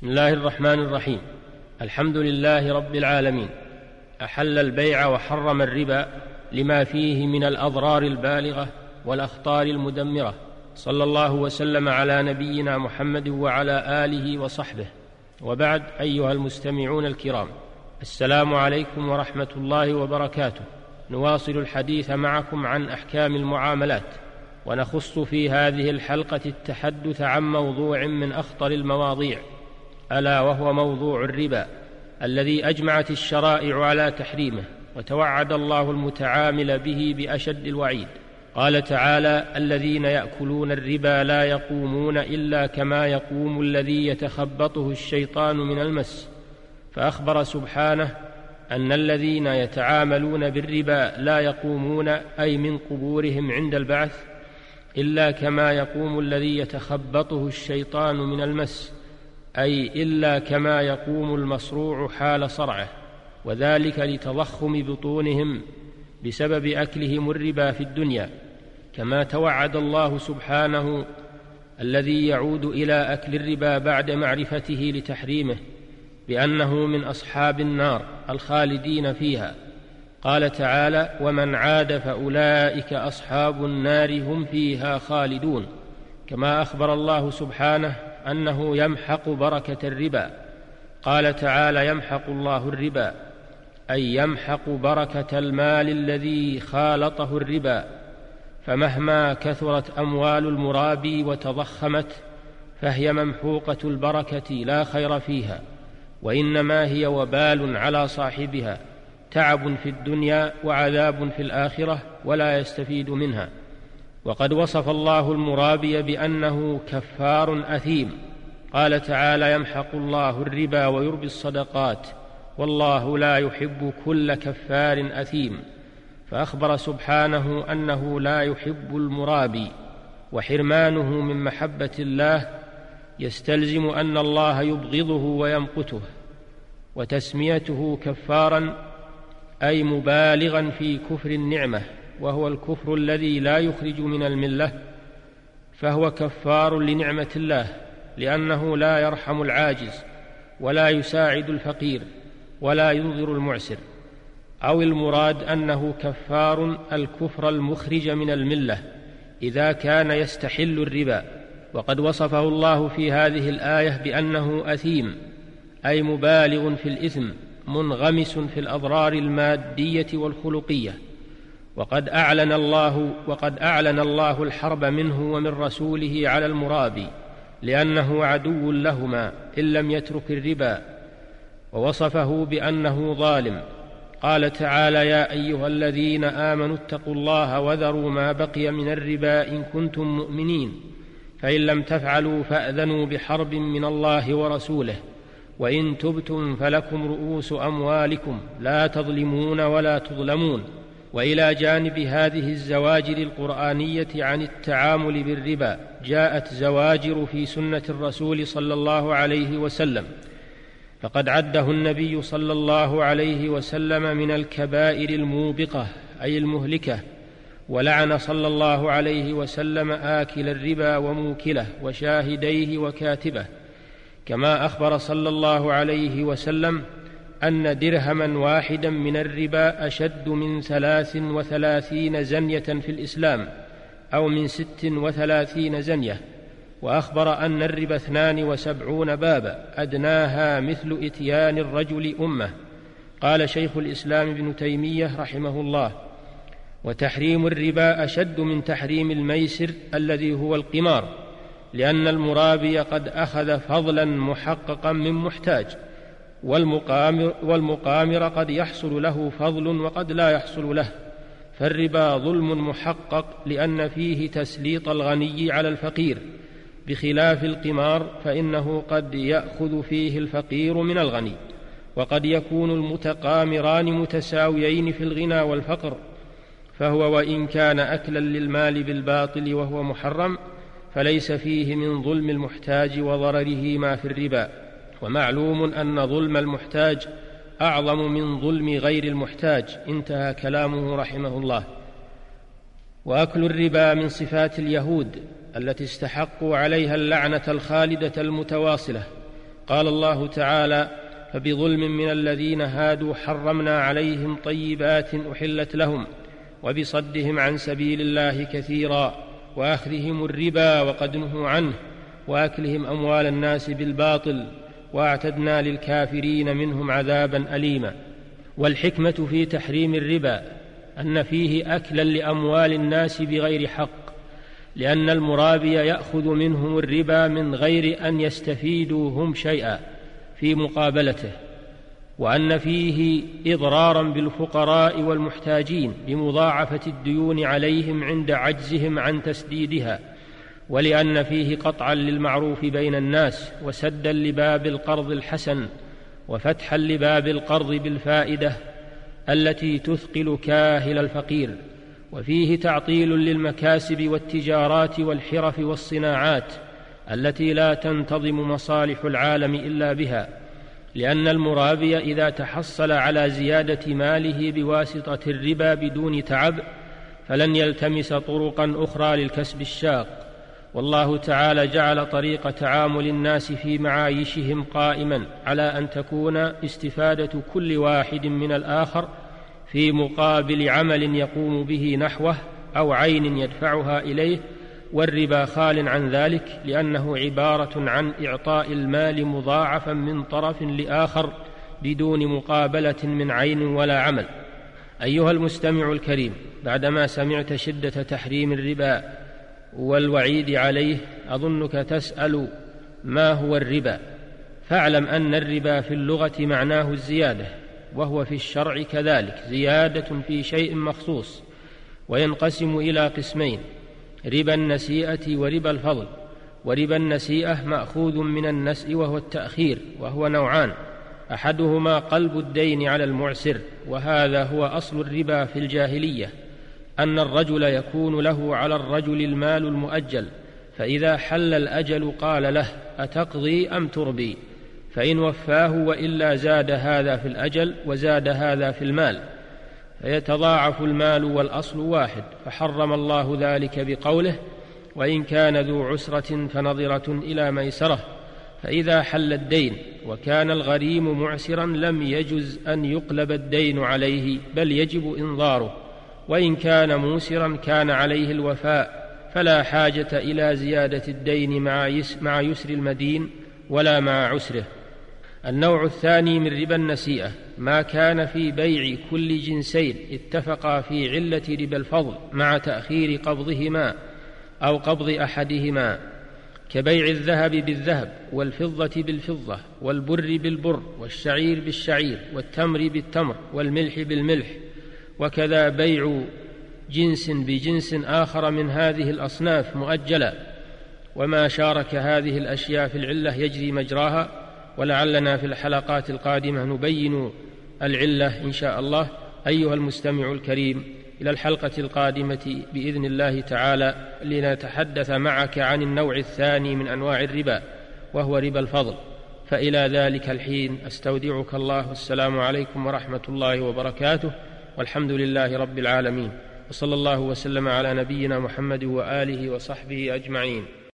بسم الله الرحمن الرحيم. الحمد لله رب العالمين، أحل البيع وحرم الربا لما فيه من الأضرار البالغة والأخطار المدمرة. صلى الله وسلم على نبينا محمد وعلى آله وصحبه، وبعد. أيها المستمعون الكرام، السلام عليكم ورحمة الله وبركاته. نواصل الحديث معكم عن أحكام المعاملات، ونخص في هذه الحلقة التحدث عن موضوع من أخطر المواضيع، ألا وهو موضوع الربا الذي أجمعت الشرائع على تحريمه، وتوعد الله المتعامل به بأشد الوعيد. قال تعالى: الذين يأكلون الربا لا يقومون إلا كما يقوم الذي يتخبطه الشيطان من المس. فأخبر سبحانه أن الذين يتعاملون بالربا لا يقومون، أي من قبورهم عند البعث، إلا كما يقوم الذي يتخبطه الشيطان من المس، أي إلا كما يقوم المصروع حال صرعه، وذلك لتضخم بطونهم بسبب أكلهم الربا في الدنيا، كما توعد الله سبحانه الذي يعود إلى أكل الربا بعد معرفته لتحريمه بأنه من أصحاب النار الخالدين فيها. قال تعالى: ومن عاد فأولئك أصحاب النار هم فيها خالدون. كما أخبر الله سبحانه أنه يمحق بركة الربا. قال تعالى: يمحق الله الربا، أي يمحق بركة المال الذي خالطه الربا. فمهما كثرت أموال المرابي وتضخمت فهي ممحوقة البركة لا خير فيها، وإنما هي وبال على صاحبها، تعب في الدنيا وعذاب في الآخرة، ولا يستفيد منها. وقد وصف الله المرابي بأنه كفار أثيم. قال تعالى: يمحق الله الربا ويربي الصدقات والله لا يحب كل كفار أثيم. فأخبر سبحانه أنه لا يحب المرابي، وحرمانه من محبة الله يستلزم أن الله يبغضه ويمقته. وتسميته كفارا أي مبالغا في كفر النعمة، وهو الكفر الذي لا يخرج من الملة، فهو كفار لنعمة الله، لأنه لا يرحم العاجز ولا يساعد الفقير ولا ينظر المعسر. أو المراد أنه كفار الكفر المخرج من الملة إذا كان يستحل الربا. وقد وصفه الله في هذه الآية بأنه أثيم، أي مبالغ في الإثم، منغمس في الأضرار المادية والخلقية. وقد أعلن الله الحرب منه ومن رسوله على المرابي، لأنه عدو لهما إن لم يترك الربا، ووصفه بأنه ظالم. قال تعالى: يا أيها الذين آمنوا اتقوا الله وذروا ما بقي من الربا إن كنتم مؤمنين، فإن لم تفعلوا فأذنوا بحرب من الله ورسوله، وإن تبتم فلكم رؤوس أموالكم لا تظلمون ولا تظلمون. وإلى جانب هذه الزواجر القرآنية عن التعامل بالربا جاءت زواجر في سنة الرسول صلى الله عليه وسلم، فقد عده النبي صلى الله عليه وسلم من الكبائر الموبقة أي المهلكة، ولعن صلى الله عليه وسلم آكل الربا وموكله وشاهديه وكاتبه. كما أخبر صلى الله عليه وسلم أن درهما واحدا من الربا أشد من 33 زنية في الإسلام، أو من 36 زنية. وأخبر أن الربا 72 بابا، أدناها مثل إتيان الرجل أمه. قال شيخ الإسلام ابن تيمية رحمه الله: وتحريم الربا أشد من تحريم الميسر الذي هو القمار، لأن المرابي قد أخذ فضلا محققا من محتاج، والمقامر قد يحصل له فضل وقد لا يحصل له. فالربا ظلم محقق، لأن فيه تسليط الغني على الفقير، بخلاف القمار فإنه قد يأخذ فيه الفقير من الغني، وقد يكون المتقامران متساويين في الغنى والفقر. فهو وإن كان أكلا للمال بالباطل وهو محرم، فليس فيه من ظلم المحتاج وضرره ما في الربا. ومعلوم أن ظلم المحتاج أعظم من ظلم غير المحتاج. انتهى كلامه رحمه الله. وأكل الربا من صفات اليهود التي استحقوا عليها اللعنة الخالدة المتواصلة، قال الله تعالى: فبظلم من الذين هادوا حرمنا عليهم طيبات أحلت لهم وبصدهم عن سبيل الله كثيرا وأخذهم الربا وقد نهوا عنه وأكلهم أموال الناس بالباطل وأعتدنا للكافرين منهم عذابا أليما. والحكمة في تحريم الربا أن فيه أكلا لأموال الناس بغير حق، لأن المرابي يأخذ منهم الربا من غير أن يستفيدوا هم شيئا في مقابلته، وأن فيه إضرارا بالفقراء والمحتاجين بمضاعفة الديون عليهم عند عجزهم عن تسديدها، ولأن فيه قطعا للمعروف بين الناس وسدا لباب القرض الحسن وفتحا لباب القرض بالفائدة التي تثقل كاهل الفقير، وفيه تعطيل للمكاسب والتجارات والحرف والصناعات التي لا تنتظم مصالح العالم إلا بها، لأن المرابي إذا تحصل على زيادة ماله بواسطة الربا بدون تعب فلن يلتمس طرقا أخرى للكسب الشاق. والله تعالى جعل طريق تعامل الناس في معايشهم قائما على أن تكون استفادة كل واحد من الآخر في مقابل عمل يقوم به نحوه أو عين يدفعها إليه، والربا خال عن ذلك، لأنه عبارة عن إعطاء المال مضاعفا من طرف لآخر بدون مقابلة من عين ولا عمل. أيها المستمع الكريم، بعدما سمعت شدة تحريم الربا والوعيد عليه أظنك تسأل: ما هو الربا؟ فاعلم أن الربا في اللغة معناه الزيادة، وهو في الشرع كذلك زيادة في شيء مخصوص، وينقسم إلى قسمين: ربا النسيئة وربا الفضل. وربا النسيئة مأخوذ من النسء وهو التأخير، وهو نوعان: أحدهما قلب الدين على المعسر، وهذا هو أصل الربا في الجاهلية، أن الرجل يكون له على الرجل المال المؤجل، فإذا حل الأجل قال له: أتقضي أم تربي؟ فإن وفاه وإلا زاد هذا في الأجل وزاد هذا في المال، فيتضاعف المال والأصل واحد، فحرم الله ذلك بقوله: وإن كان ذو عسرة فنظرة إلى ميسرة. فإذا حل الدين وكان الغريم معسرا لم يجز أن يقلب الدين عليه، بل يجب إنظاره، وإن كان موسرا كان عليه الوفاء، فلا حاجة إلى زيادة الدين مع يسر المدين ولا مع عسره. النوع الثاني من ربا النسيئة ما كان في بيع كل جنسين اتفقا في علة ربا الفضل مع تأخير قبضهما أو قبض أحدهما، كبيع الذهب بالذهب والفضة بالفضة والبر بالبر والشعير بالشعير والتمر بالتمر والملح بالملح، وكذا بيع جنس بجنس آخر من هذه الأصناف مؤجلا. وما شارك هذه الأشياء في العلة يجري مجراها، ولعلنا في الحلقات القادمة نبين العلة إن شاء الله. أيها المستمع الكريم، إلى الحلقة القادمة بإذن الله تعالى لنتحدث معك عن النوع الثاني من أنواع الربا، وهو ربا الفضل. فإلى ذلك الحين أستودعك الله، والسلام عليكم ورحمة الله وبركاته، والحمد لله رب العالمين، وصلى الله وسلم على نبينا محمد وآله وصحبه أجمعين.